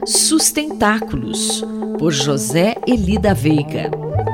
Sustentáculos, por José Eli da Veiga.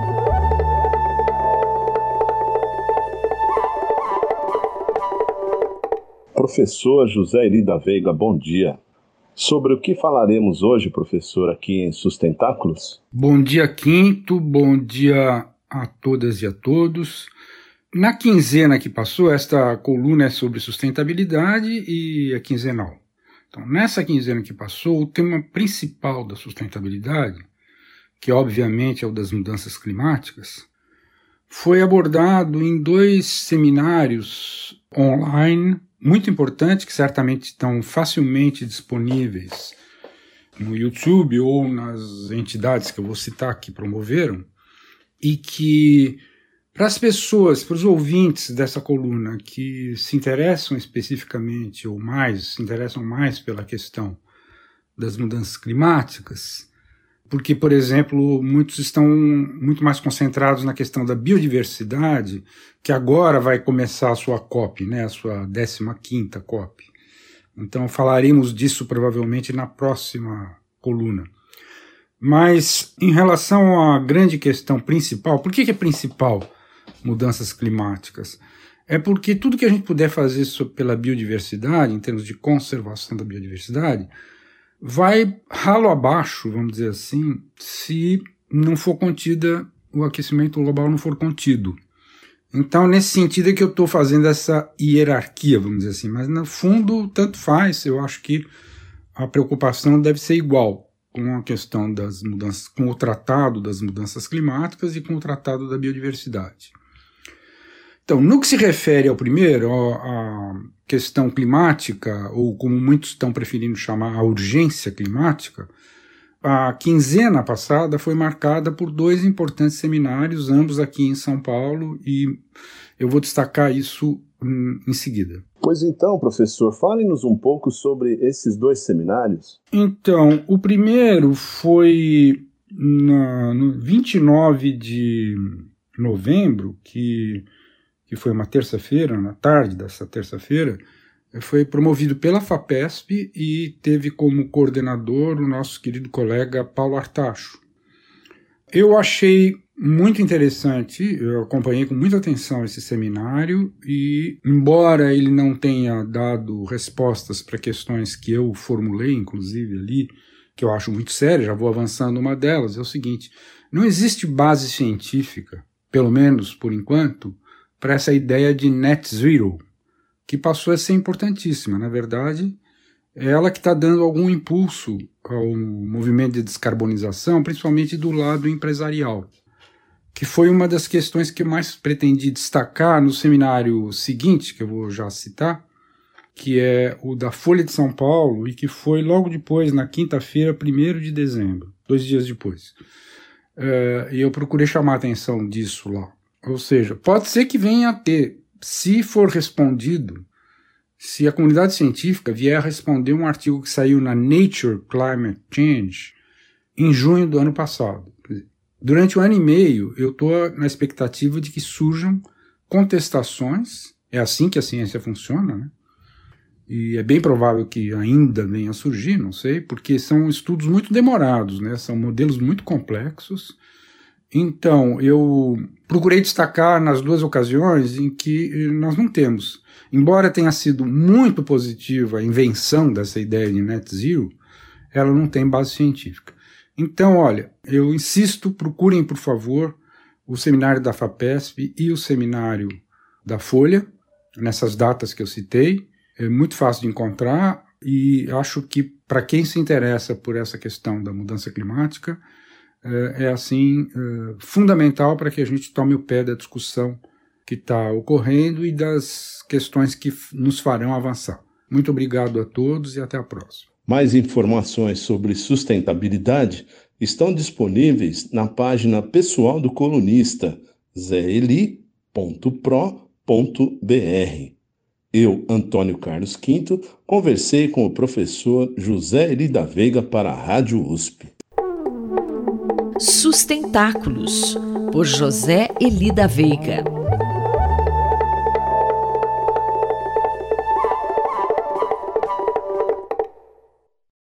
Professor José Eli da Veiga, bom dia. Sobre o que falaremos hoje, professor, aqui em Sustentáculos? Bom dia, Quinto. Bom dia a todas e a todos. Na quinzena que passou, esta coluna é sobre sustentabilidade e é quinzenal. Então, nessa quinzena que passou, o tema principal da sustentabilidade, que obviamente é o das mudanças climáticas, foi abordado em 2 seminários online muito importantes, que certamente estão facilmente disponíveis no YouTube ou nas entidades que eu vou citar que promoveram, e que, para as pessoas, para os ouvintes dessa coluna que se interessam especificamente ou se interessam mais pela questão das mudanças climáticas, porque, por exemplo, muitos estão muito mais concentrados na questão da biodiversidade, que agora vai começar a sua COP, né, a sua 15ª COP. Então falaremos disso provavelmente na próxima coluna. Mas em relação à grande questão principal, por que é principal mudanças climáticas? É porque tudo que a gente puder fazer pela biodiversidade, em termos de conservação da biodiversidade, vai ralo abaixo, vamos dizer assim, se não for contida, o aquecimento global não for contido. Então, nesse sentido é que eu estou fazendo essa hierarquia, vamos dizer assim, mas no fundo, tanto faz, eu acho que a preocupação deve ser igual com a questão das mudanças, com o Tratado das Mudanças Climáticas e com o Tratado da Biodiversidade. Então, no que se refere ao primeiro, a questão climática, ou como muitos estão preferindo chamar, a urgência climática, a quinzena passada foi marcada por 2 importantes seminários, ambos aqui em São Paulo, e eu vou destacar isso em seguida. Pois então, professor, fale-nos um pouco sobre esses 2 seminários. Então, o primeiro foi no 29 de novembro, que foi uma terça-feira, na tarde dessa terça-feira, foi promovido pela FAPESP e teve como coordenador o nosso querido colega Paulo Artacho. Eu achei muito interessante, eu acompanhei com muita atenção esse seminário e, embora ele não tenha dado respostas para questões que eu formulei, inclusive ali, que eu acho muito sérias, já vou avançando uma delas, é o seguinte: não existe base científica, pelo menos por enquanto, para essa ideia de net zero, que passou a ser importantíssima. Na verdade, é ela que está dando algum impulso ao movimento de descarbonização, principalmente do lado empresarial, que foi uma das questões que eu mais pretendi destacar no seminário seguinte, que eu vou já citar, que é o da Folha de São Paulo, e que foi logo depois, na quinta-feira, 1º de dezembro, 2 dias depois. E eu procurei chamar a atenção disso lá. Ou seja, pode ser que venha a ter, se for respondido, se a comunidade científica vier a responder um artigo que saiu na Nature Climate Change em junho do ano passado. Durante 1 ano e meio, eu estou na expectativa de que surjam contestações, é assim que a ciência funciona, né? E é bem provável que ainda venha a surgir, não sei, porque são estudos muito demorados, né? São modelos muito complexos. Então, eu procurei destacar nas 2 ocasiões em que nós não temos. Embora tenha sido muito positiva a invenção dessa ideia de net zero, ela não tem base científica. Então, olha, eu insisto, procurem, por favor, o seminário da FAPESP e o seminário da Folha, nessas datas que eu citei. É muito fácil de encontrar e acho que, para quem se interessa por essa questão da mudança climática, é assim fundamental para que a gente tome o pé da discussão que está ocorrendo e das questões que nos farão avançar. Muito obrigado a todos e até a próxima. Mais informações sobre sustentabilidade estão disponíveis na página pessoal do colunista zeeli.pro.br. Eu, Antônio Carlos Quinto, conversei com o professor José Eli da Veiga para a Rádio USP. Sustentáculos, por José Eli da Veiga.